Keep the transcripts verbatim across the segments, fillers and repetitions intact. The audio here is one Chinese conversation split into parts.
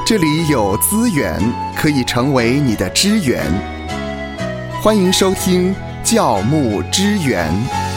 这里有资源可以成为你的支援。欢迎收听教牧支援。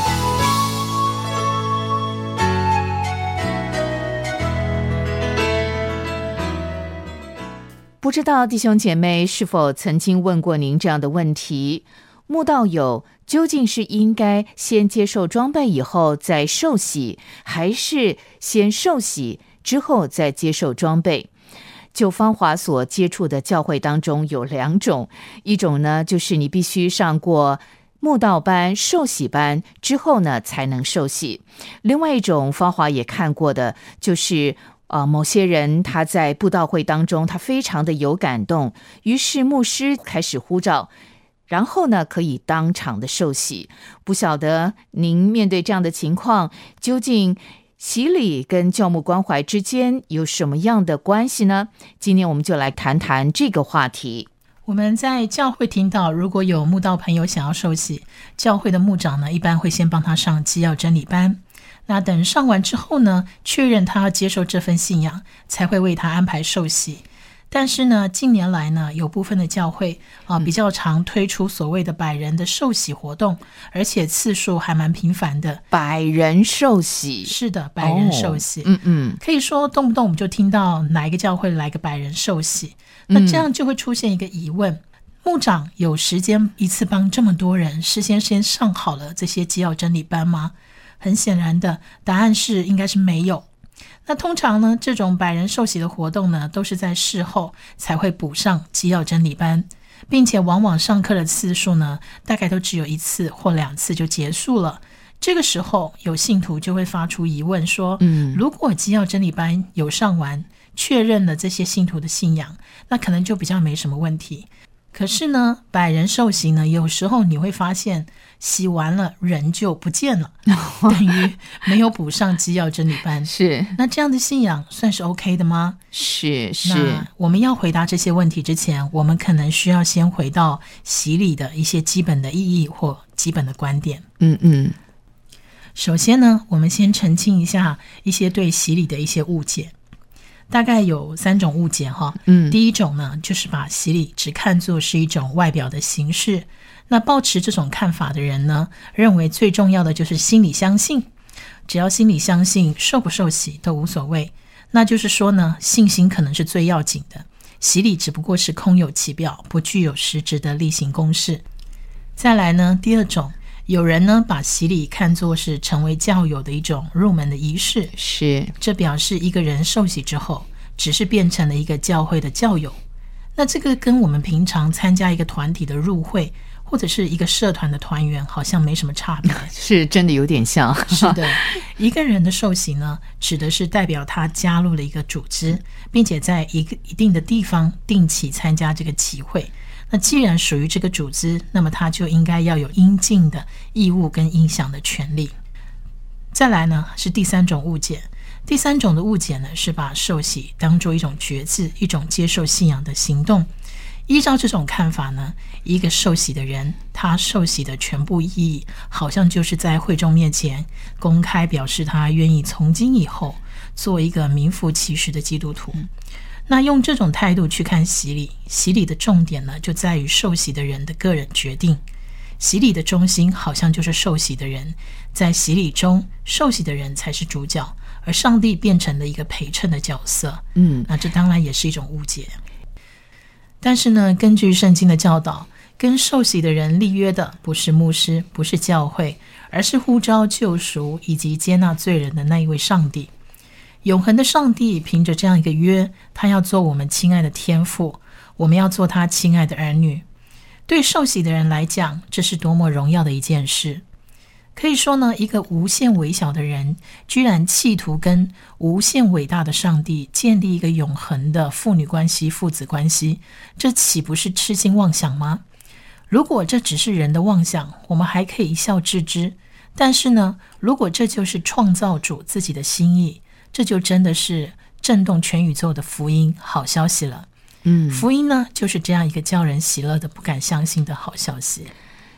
不知道弟兄姐妹是否曾经问过您这样的问题：慕道友究竟是应该先接受装备以后再受洗，还是先受洗之后再接受装备？就芳华所接触的教会当中有两种，一种呢就是你必须上过慕道班、受洗班之后呢才能受洗；另外一种芳华也看过的就是呃，某些人他在布道会当中他非常的有感动，于是牧师开始呼召，然后呢可以当场的受洗。不晓得您面对这样的情况，究竟洗礼跟教牧关怀之间有什么样的关系呢？今天我们就来谈谈这个话题。 我们在教会听到，如果有慕道朋友想要受洗，教会的牧长呢一般会先帮他上基要真理班，那等上完之后呢，确认他要接受这份信仰，才会为他安排受洗。但是呢，近年来呢，有部分的教会啊，比较常推出所谓的百人的受洗活动，而且次数还蛮频繁的。 百人受洗？ 是的，百人受洗。 哦、嗯嗯， 可以说动不动我们就听到哪一个教会来个百人受洗，那这样就会出现一个疑问：嗯、牧长有时间一次帮这么多人事先先上好了这些基要真理班吗？很显然的答案是应该是没有。那通常呢，这种百人受洗的活动呢，都是在事后才会补上基要真理班，并且往往上课的次数呢，大概都只有一次或两次就结束了。这个时候有信徒就会发出疑问说，嗯，如果基要真理班有上完，确认了这些信徒的信仰，那可能就比较没什么问题。可是呢，百人受洗呢，有时候你会发现洗完了人就不见了，等于没有补上基要真理班。 是， 那这样的信仰算是 OK 的吗？ 是是。 那我们要回答这些问题之前，我们可能需要先回到洗礼的一些基本的意义或基本的观点。 嗯嗯。 首先呢，我们先澄清一下一些对洗礼的一些误解。大概有三种误解哈，嗯，第一种呢，就是把洗礼只看作是一种外表的形式。那抱持这种看法的人呢，认为最重要的就是心里相信，只要心里相信，受不受洗都无所谓。那就是说呢，信心可能是最要紧的，洗礼只不过是空有其表，不具有实质的例行公事。再来呢，第二种，有人呢把洗礼看作是成为教友的一种入门的仪式， 是， 这表示一个人受洗之后只是变成了一个教会的教友。那这个跟我们平常参加一个团体的入会或者是一个社团的团员好像没什么差别。 是，真的有点像。 是的，一个人的受洗呢，指的是代表他加入了一个组织，并且在一个一定的地方定期参加这个集会。那既然属于这个组织，那么他就应该要有应尽的义务跟影响的权利。再来呢，是第三种误解。第三种的误解呢，是把受洗当作一种决志，一种接受信仰的行动。依照这种看法呢，一个受洗的人，他受洗的全部意义，好像就是在会众面前公开表示他愿意从今以后做一个名副其实的基督徒。那用这种态度去看洗礼，洗礼的重点呢，就在于受洗的人的个人决定。洗礼的中心好像就是受洗的人，在洗礼中，受洗的人才是主角，而上帝变成了一个陪衬的角色。嗯，那这当然也是一种误解。但是呢，根据圣经的教导，跟受洗的人立约的不是牧师，不是教会，而是呼召救赎以及接纳罪人的那一位上帝。永恒的上帝凭着这样一个约，他要做我们亲爱的天父，我们要做他亲爱的儿女。对受洗的人来讲，这是多么荣耀的一件事。可以说呢，一个无限微小的人，居然企图跟无限伟大的上帝建立一个永恒的父女关系、父子关系，这岂不是痴心妄想吗？如果这只是人的妄想，我们还可以一笑置之。但是呢，如果这就是创造主自己的心意，这就真的是震动全宇宙的福音好消息了。嗯，福音呢，就是这样一个叫人喜乐的不敢相信的好消息。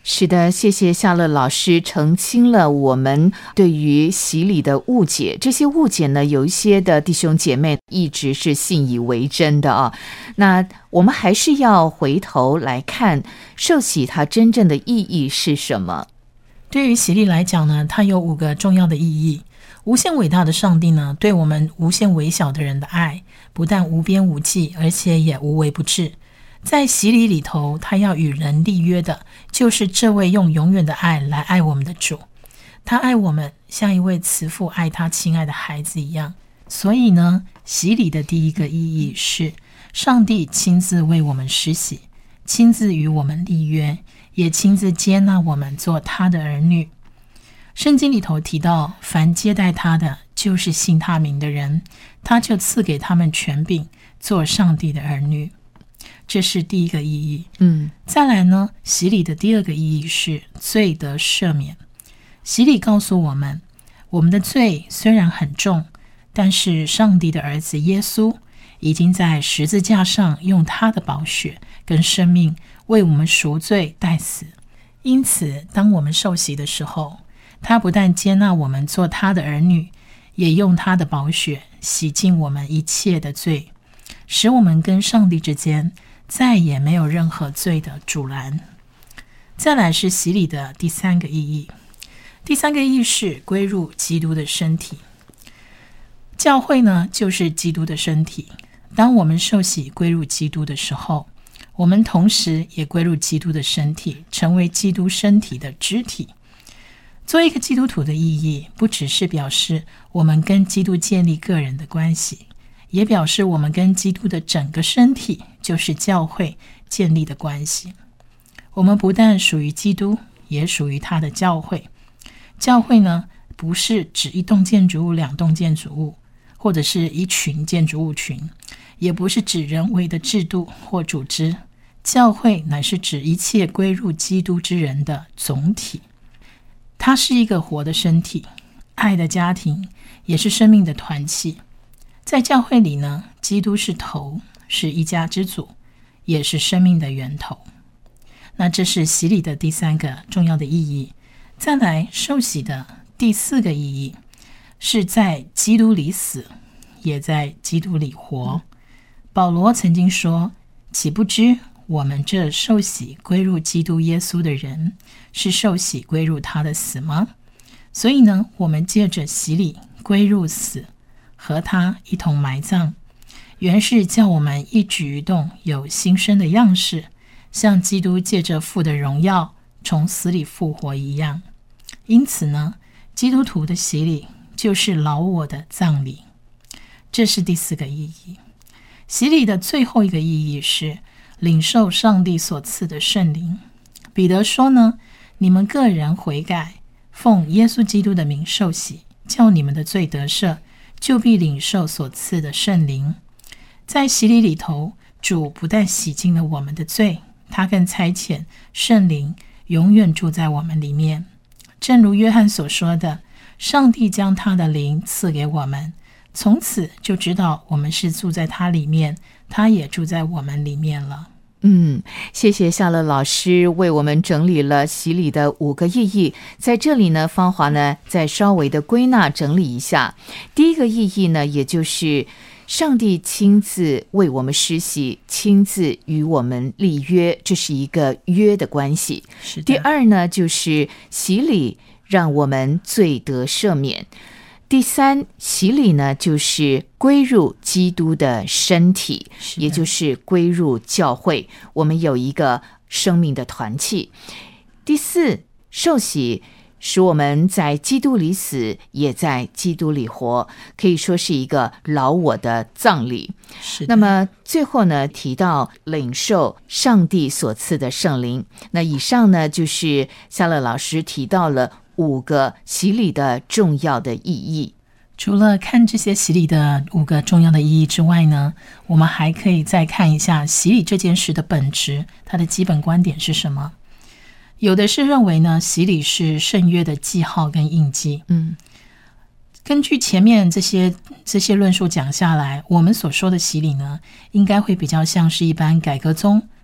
是的，谢谢夏乐老师澄清了我们对于洗礼的误解。这些误解呢，有一些的弟兄姐妹一直是信以为真的啊。那我们还是要回头来看受洗它真正的意义是什么。 对于洗礼来讲呢，它有五个重要的意义。无限伟大的上帝呢，对我们无限微小的人的爱，不但无边无际，而且也无微不至。在洗礼里头，他要与人立约的，就是这位用永远的爱来爱我们的主。他爱我们，像一位慈父爱他亲爱的孩子一样。所以呢，洗礼的第一个意义是，上帝亲自为我们施洗，亲自与我们立约，也亲自接纳我们做他的儿女。圣经里头提到，凡接待他的，就是信他名的人，他就赐给他们权柄，做上帝的儿女。这是第一个意义。 嗯， 再来呢，洗礼的第二个意义是罪得赦免。洗礼告诉我们，我们的罪虽然很重，但是上帝的儿子耶稣已经在十字架上用他的宝血跟生命为我们赎罪代死。因此，当我们受洗的时候，他不但接纳我们做他的儿女，也用他的宝血洗净我们一切的罪，使我们跟上帝之间再也没有任何罪的阻拦。再来是洗礼的第三个意义。第三个意义是归入基督的身体。教会呢，就是基督的身体。当我们受洗归入基督的时候，我们同时也归入基督的身体，成为基督身体的肢体。做一个基督徒的意义，不只是表示我们跟基督建立个人的关系，也表示我们跟基督的整个身体，就是教会建立的关系。我们不但属于基督，也属于他的教会。教会呢，不是指一栋建筑物、两栋建筑物，或者是一群建筑物群，也不是指人为的制度或组织。教会乃是指一切归入基督之人的总体。它是一个活的身体，爱的家庭，也是生命的团契。在教会里呢，基督是头，是一家之主，也是生命的源头。那这是洗礼的第三个重要的意义。再来，受洗的第四个意义是在基督里死，也在基督里活。保罗曾经说，岂不知我们这受洗归入基督耶稣的人，是受洗归入他的死吗？所以呢，我们借着洗礼归入死，和他一同埋葬，原是叫我们一举一动有新生的样式，像基督借着父的荣耀从死里复活一样。因此呢，基督徒的洗礼就是老我的葬礼。这是第四个意义。洗礼的最后一个意义是领受上帝所赐的圣灵。彼得说呢，你们个人悔改，奉耶稣基督的名受洗，叫你们的罪得赦，就必领受所赐的圣灵。在洗礼里头，主不但洗净了我们的罪，他更差遣圣灵永远住在我们里面。正如约翰所说的，上帝将他的灵赐给我们，从此就知道我们是住在他里面，他也住在我们里面了。 嗯，谢谢夏乐老师为我们整理了洗礼的五个意义。在这里呢，芳华呢再稍微的归纳整理一下。第一个意义呢，也就是上帝亲自为我们施洗，亲自与我们立约，这是一个约的关系。 是的。 第二呢，就是洗礼让我们罪得赦免。第三，洗礼呢，就是归入基督的身体，也就是归入教会，我们有一个生命的团契。第四，受洗使我们在基督里死，也在基督里活，可以说是一个老我的葬礼。 是的。 那么最后呢，提到领受上帝所赐的圣灵。那以上呢，就是夏乐老师提到了五个洗礼的重要的意义。 除了看这些洗礼的五个重要的意义之外呢，我们还可以再看一下洗礼这件事的本质，它的基本观点是什么。有的是认为呢，洗礼是圣约的记号跟印记。嗯，根据前面这些这些论述讲下来，我们所说的洗礼呢，应该会比较像是一般改革宗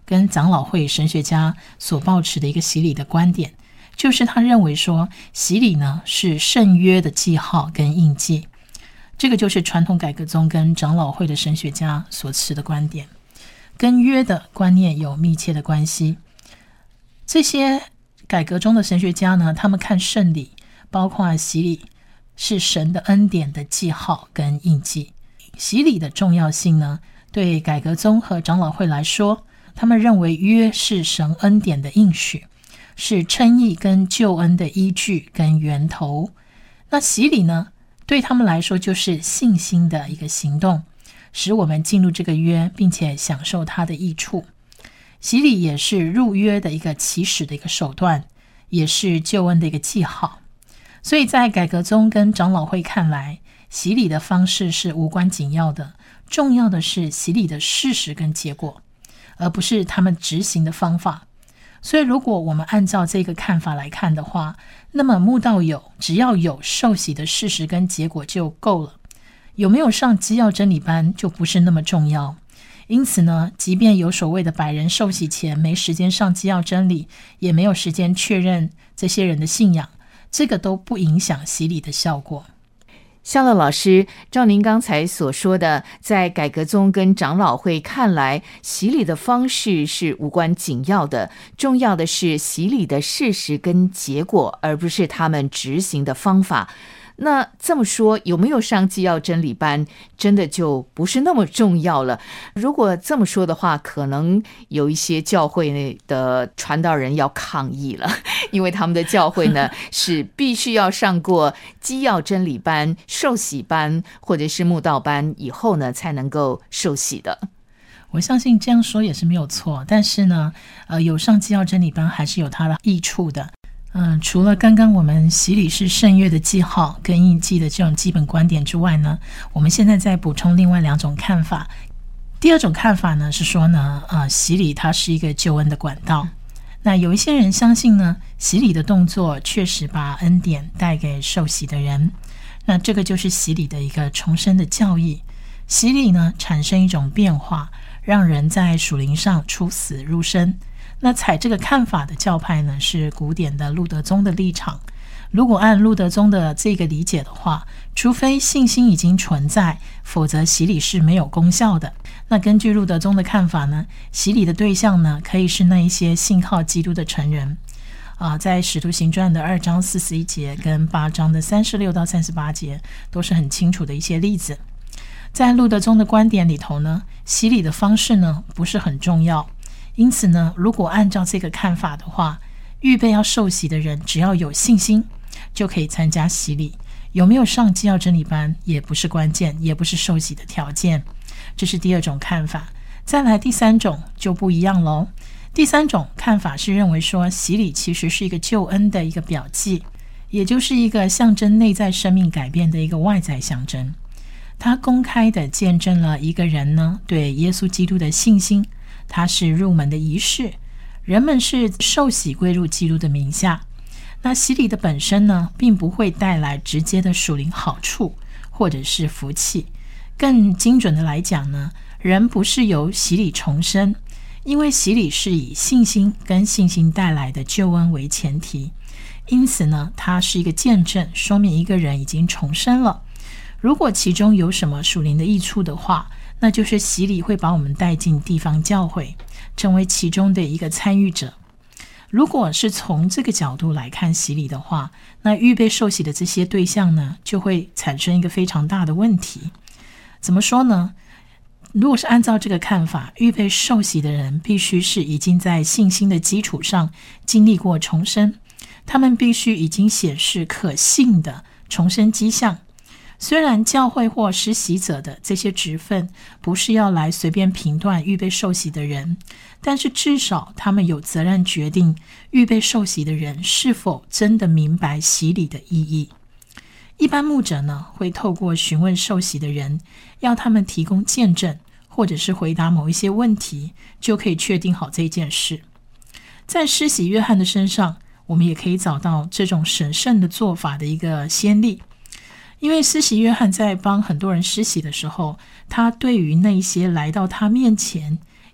跟长老会神学家所抱持的一个洗礼的观点，就是他认为说洗礼呢是圣约的记号跟印记，这个就是传统改革宗跟长老会的神学家所持的观点，跟约的观念有密切的关系。这些改革中的神学家呢，他们看圣礼包括洗礼是神的恩典的记号跟印记。洗礼的重要性呢，对改革宗和长老会来说，他们认为约是神恩典的应许，是称义跟救恩的依据跟源头。那洗礼呢，对他们来说就是信心的一个行动，使我们进入这个约，并且享受它的益处。洗礼也是入约的一个起始的一个手段，也是救恩的一个记号。所以在改革宗跟长老会看来，洗礼的方式是无关紧要的，重要的是洗礼的事实跟结果，而不是他们执行的方法。所以如果我们按照这个看法来看的话，那么慕道友只要有受洗的事实跟结果就够了，有没有上基要真理班就不是那么重要。因此呢，即便有所谓的百人受洗前没时间上基要真理，也没有时间确认这些人的信仰，这个都不影响洗礼的效果。 夏乐老师，照您刚才所说的，在改革宗跟长老会看来，洗礼的方式是无关紧要的，重要的是洗礼的事实跟结果，而不是他们执行的方法。那这么说，有没有上基要真理班真的就不是那么重要了？如果这么说的话，可能有一些教会内的传道人要抗议了，因为他们的教会呢是必须要上过基要真理班、受洗班或者是慕道班以后呢，才能够受洗的。 我相信这样说也是没有错，但是呢，呃，有上基要真理班还是有它的益处的。嗯，除了刚刚我们洗礼是圣约的记号跟印记的这种基本观点之外呢，我们现在再补充另外两种看法。第二种看法呢是说呢，呃，洗礼它是一个救恩的管道。那有一些人相信呢，洗礼的动作确实把恩典带给受洗的人，那这个就是洗礼的一个重生的教义。洗礼呢产生一种变化，让人在属灵上出死入生。那采这个看法的教派呢，是古典的路德宗的立场。如果按路德宗的这个理解的话，除非信心已经存在，否则洗礼是没有功效的。那根据路德宗的看法呢，洗礼的对象呢，可以是那一些信靠基督的成人。啊、呃，在使徒行传的二章四十一节跟八章的三十六到三十八节都是很清楚的一些例子。在路德宗的观点里头呢，洗礼的方式呢不是很重要。因此呢，如果按照这个看法的话，预备要受洗的人只要有信心就可以参加洗礼，有没有上基要真理班也不是关键，也不是受洗的条件。这是第二种看法。再来第三种就不一样咯。第三种看法是认为说，洗礼其实是一个救恩的一个表记，也就是一个象征内在生命改变的一个外在象征。它公开的见证了一个人呢对耶稣基督的信心，它是入门的仪式，人们是受洗归入基督的名下。那洗礼的本身呢，并不会带来直接的属灵好处或者是福气。更精准的来讲呢，人不是由洗礼重生，因为洗礼是以信心跟信心带来的救恩为前提，因此呢，它是一个见证，说明一个人已经重生了。如果其中有什么属灵的益处的话，那就是洗礼会把我们带进地方教会，成为其中的一个参与者。如果是从这个角度来看洗礼的话，那预备受洗的这些对象呢，就会产生一个非常大的问题。怎么说呢？如果是按照这个看法，预备受洗的人必须是已经在信心的基础上经历过重生，他们必须已经显示可信的重生迹象。虽然教会或施洗者的这些职分不是要来随便评断预备受洗的人，但是至少他们有责任决定预备受洗的人是否真的明白洗礼的意义。一般牧者呢，会透过询问受洗的人，要他们提供见证，或者是回答某一些问题，就可以确定好这件事。在施洗约翰的身上，我们也可以找到这种神圣的做法的一个先例。因为施洗约翰在帮很多人施洗的时候，他对于那些来到他面前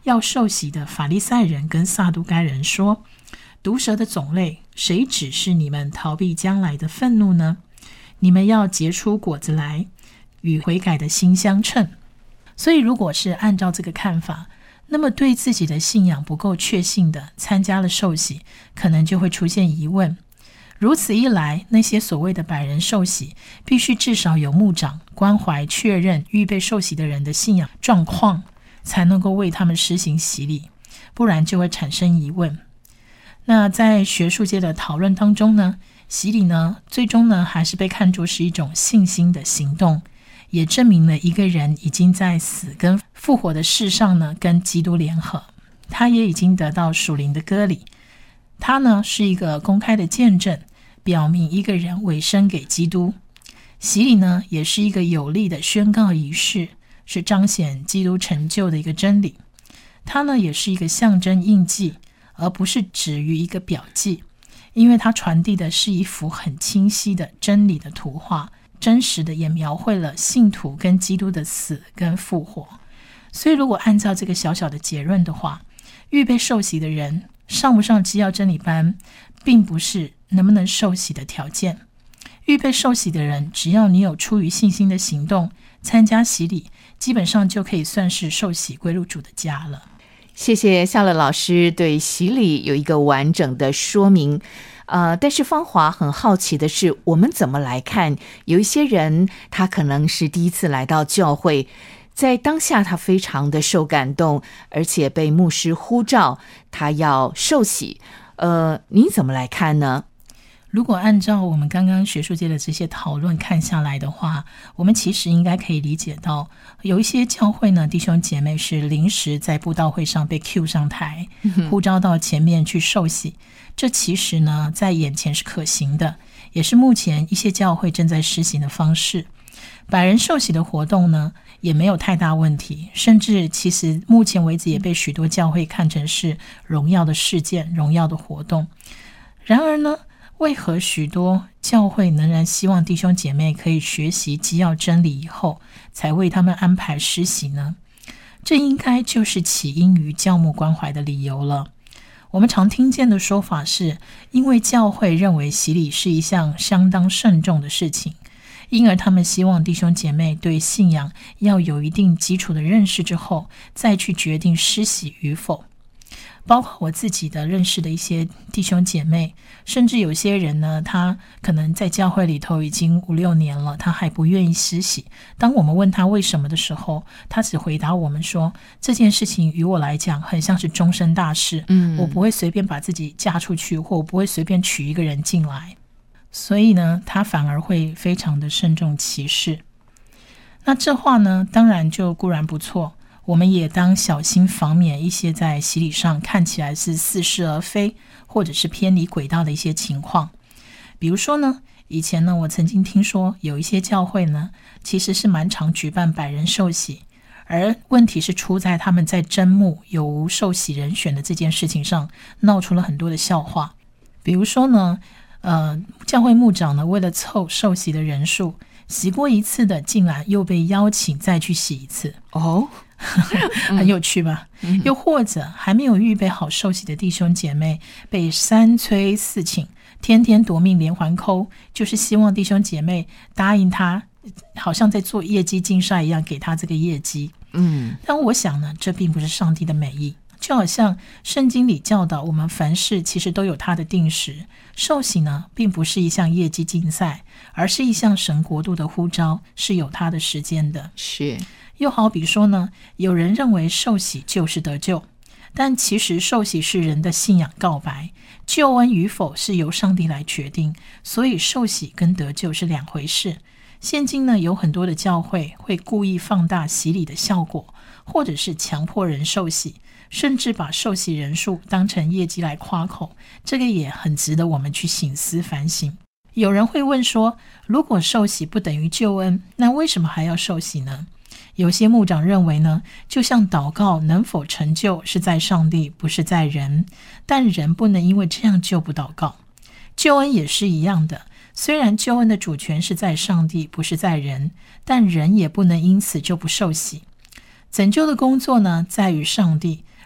要受洗的法利赛人跟撒都该人说，毒蛇的种类，谁指示你们逃避将来的愤怒呢？你们要结出果子来，与悔改的心相称。所以如果是按照这个看法，那么对自己的信仰不够确信的参加了受洗，可能就会出现疑问。如此一来，那些所谓的百人受洗，必须至少有牧长关怀确认预备受洗的人的信仰状况，才能够为他们施行洗礼，不然就会产生疑问。那在学术界的讨论当中呢，洗礼呢，最终呢还是被看作是一种信心的行动，也证明了一个人已经在死跟复活的事上呢跟基督联合，他也已经得到属灵的割礼。他呢是一个公开的见证，表明一个人委身给基督。洗礼呢也是一个有力的宣告仪式，是彰显基督成就的一个真理。它呢也是一个象征印记，而不是止于一个表记，因为它传递的是一幅很清晰的真理的图画，真实的也描绘了信徒跟基督的死跟复活。所以如果按照这个小小的结论的话，预备受洗的人上不上基要真理班，并不是能不能受洗的条件。预备受洗的人，只要你有出于信心的行动，参加洗礼，基本上就可以算是受洗归入主的家了。 谢谢夏乐老师对洗礼有一个完整的说明。呃，但是芳华很好奇的是，我们怎么来看有一些人他可能是第一次来到教会，在当下他非常的受感动，而且被牧师呼召他要受洗，呃，你怎么来看呢？ 如果按照我们刚刚学术界的这些讨论看下来的话，我们其实应该可以理解到，有一些教会呢，弟兄姐妹是临时在布道会上被 Q 上台，呼召到前面去受洗，这其实呢在眼前是可行的，也是目前一些教会正在实行的方式。百人受洗的活动呢也没有太大问题，甚至其实目前为止也被许多教会看成是荣耀的事件，荣耀的活动。然而呢，为何许多教会仍然希望弟兄姐妹可以学习基要真理以后才为他们安排施洗呢？这应该就是起因于教牧关怀的理由了。我们常听见的说法是，因为教会认为洗礼是一项相当慎重的事情，因而他们希望弟兄姐妹对信仰要有一定基础的认识之后，再去决定施洗与否。包括我自己的认识的一些弟兄姐妹，甚至有些人呢，他可能在教会里头已经五六年了，他还不愿意施洗。当我们问他为什么的时候，他只回答我们说，这件事情于我来讲很像是终身大事，嗯，我不会随便把自己嫁出去，或我不会随便娶一个人进来。所以呢，他反而会非常的慎重其事。那这话呢，当然就固然不错，我们也当小心防免一些在洗礼上看起来是似是而非，或者是偏离轨道的一些情况。比如说呢，以前呢，我曾经听说有一些教会呢，其实是蛮常举办百人受洗，而问题是出在他们在征募有无受洗人选的这件事情上，闹出了很多的笑话。比如说呢，呃，教会牧长呢，为了凑受洗的人数，洗过一次的竟然又被邀请再去洗一次哦。很有趣吧、嗯、又或者还没有预备好受洗的弟兄姐妹被三催四请，天天夺命连环扣，就是希望弟兄姐妹答应他，好像在做业绩竞赛一样，给他这个业绩。嗯，但我想呢，这并不是上帝的美意。就好像圣经里教导我们凡事其实都有它的定时，受洗呢并不是一项业绩竞赛，而是一项神国度的呼召，是有它的时间的。是。又好比说呢，有人认为受洗就是得救，但其实受洗是人的信仰告白，救恩与否是由上帝来决定，所以受洗跟得救是两回事。现今呢，有很多的教会会故意放大洗礼的效果，或者是强迫人受洗，甚至把受洗人数当成业绩来夸口，这个也很值得我们去省思反省。有人会问说，如果受洗不等于救恩，那为什么还要受洗呢？有些牧长认为呢，就像祷告能否成就是在上帝，不是在人，但人不能因为这样就不祷告。救恩也是一样的，虽然救恩的主权是在上帝，不是在人，但人也不能因此就不受洗。拯救的工作呢，在于上帝，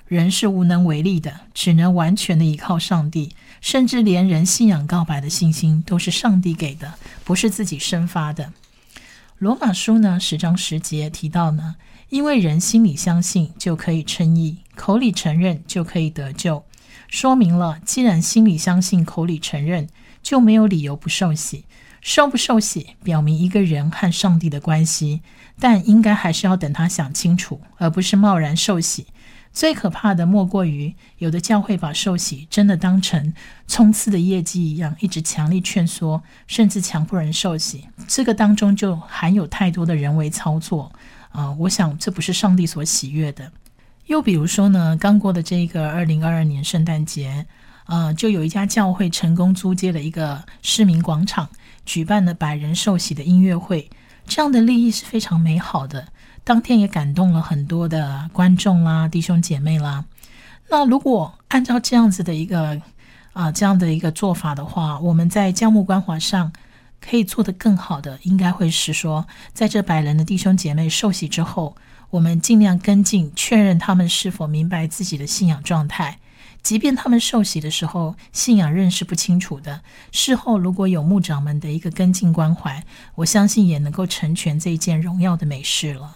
人是无能为力的，只能完全的依靠上帝，甚至连人信仰告白的信心都是上帝给的，不是自己生发的。罗马书呢十章十节提到呢，因为人心里相信就可以称义，口里承认就可以得救，说明了既然心里相信，口里承认，就没有理由不受洗。受不受洗表明一个人和上帝的关系，但应该还是要等他想清楚，而不是贸然受洗。最可怕的莫过于有的教会把受洗真的当成冲刺的业绩一样，一直强力劝说，甚至强迫人受洗。这个当中就含有太多的人为操作、呃、我想这不是上帝所喜悦的。又比如说呢，刚过的这个二零二二年圣诞节，呃，就有一家教会成功租借了一个市民广场，举办了百人受洗的音乐会。这样的利益是非常美好的，当天也感动了很多的观众啦、弟兄姐妹啦。那如果按照这样子的一个啊这样的一个做法的话，我们在教牧关怀上可以做得更好的，应该会是说，在这百人的弟兄姐妹受洗之后，我们尽量跟进，确认他们是否明白自己的信仰状态。即便他们受洗的时候信仰认识不清楚的，事后如果有牧长们的一个跟进关怀，我相信也能够成全这一件荣耀的美事了。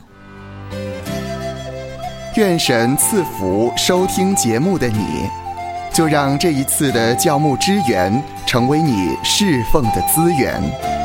愿神赐福收听节目的你，就让这一次的教牧支援成为你侍奉的资源。